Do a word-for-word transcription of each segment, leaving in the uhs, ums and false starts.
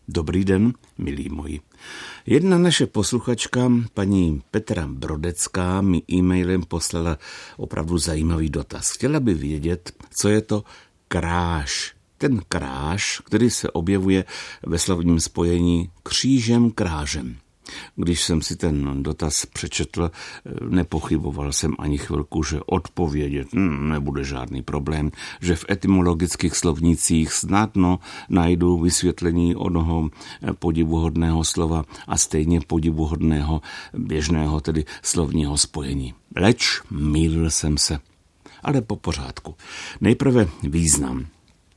Dobrý den, milí moji. Jedna naše posluchačka, paní Petra Brodecká, mi e-mailem poslala opravdu zajímavý dotaz. Chtěla by vědět, co je to kráž. Ten kráž, který se objevuje ve slovním spojení křížem krážem. Když jsem si ten dotaz přečetl, nepochyboval jsem ani chvilku, že odpovědět hm, nebude žádný problém, že v etymologických slovnících snadno najdu vysvětlení onoho podivuhodného slova a stejně podivuhodného běžného, tedy slovního spojení. Leč mýlil jsem se, ale po pořádku. Nejprve význam.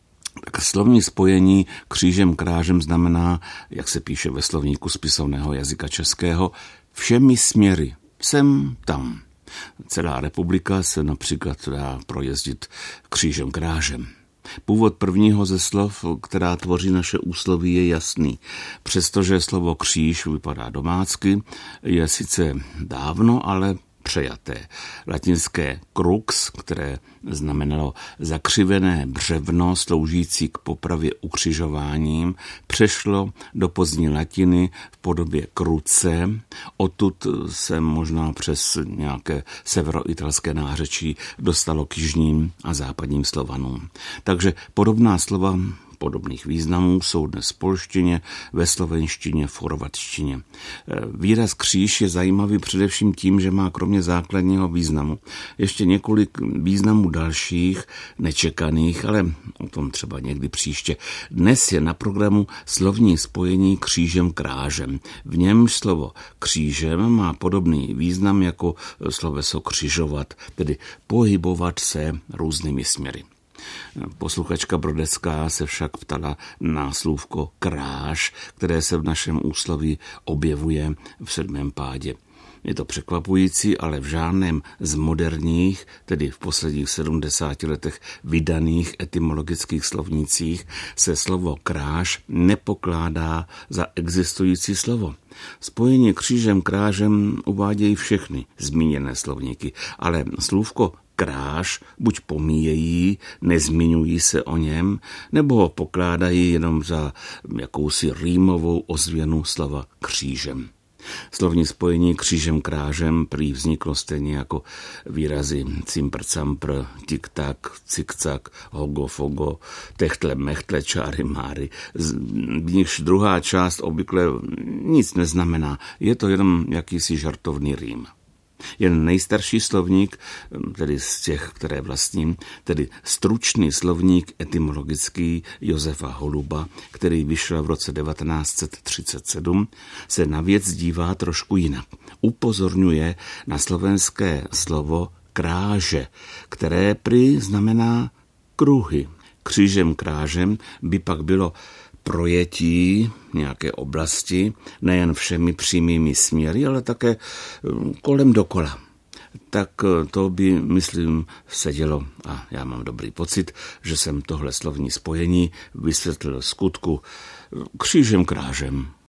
Tak slovní spojení křížem krážem znamená, jak se píše ve slovníku spisovného jazyka českého, všemi směry, sem, tam. Celá republika se například dá projezdit křížem krážem. Původ prvního ze slov, která tvoří naše úsloví, je jasný. Přestože slovo kříž vypadá domácky, je sice dávno, ale přejaté. Latinské crux, které znamenalo zakřivené břevno sloužící k popravě ukřižováním, přešlo do pozdní latiny v podobě kruce. Odtud se možná přes nějaké severoitalské nářečí dostalo k jižním a západním Slovanům. Takže podobná slova podobných významů jsou dnes v polštině, ve slovenštině, v chorvatštině. Výraz kříž je zajímavý především tím, že má kromě základního významu ještě několik významů dalších, nečekaných, ale o tom třeba někdy příště. Dnes je na programu slovní spojení křížem krážem. V němž slovo křížem má podobný význam jako sloveso křižovat, tedy pohybovat se různými směry. Posluchačka Brodecká se však ptala na slůvko kráž, které se v našem úsloví objevuje v sedmém pádě. Je to překvapující, ale v žádném z moderních, tedy v posledních sedmdesáti letech vydaných etymologických slovnících, se slovo kráž nepokládá za existující slovo. Spojení křížem krážem uvádějí všechny zmíněné slovníky, ale slůvko kráž buď pomíjejí, nezmiňují se o něm, nebo ho pokládají jenom za jakousi rýmovou ozvěnu slova křížem. Slovní spojení křížem krážem prý vzniklo stejně jako výrazy cimpr campr, tik-tak, cik-cak, hogo-fogo, techtle mechtle, čáry máry. Z nichž druhá část obvykle nic neznamená, je to jenom jakýsi žartovný rým. Jen nejstarší slovník, tedy z těch, které vlastním, tedy stručný slovník etymologický Josefa Holuba, který vyšel v roce devatenáct set třicet sedm, se na věc dívá trošku jinak. Upozorňuje na slovenské slovo kráže, které prý znamená kruhy. Křížem krážem by pak bylo projetí nějaké oblasti, nejen všemi přímými směry, ale také kolem dokola. Tak to by, myslím, sedělo a já mám dobrý pocit, že jsem tohle slovní spojení vysvětlil skutku křížem krážem.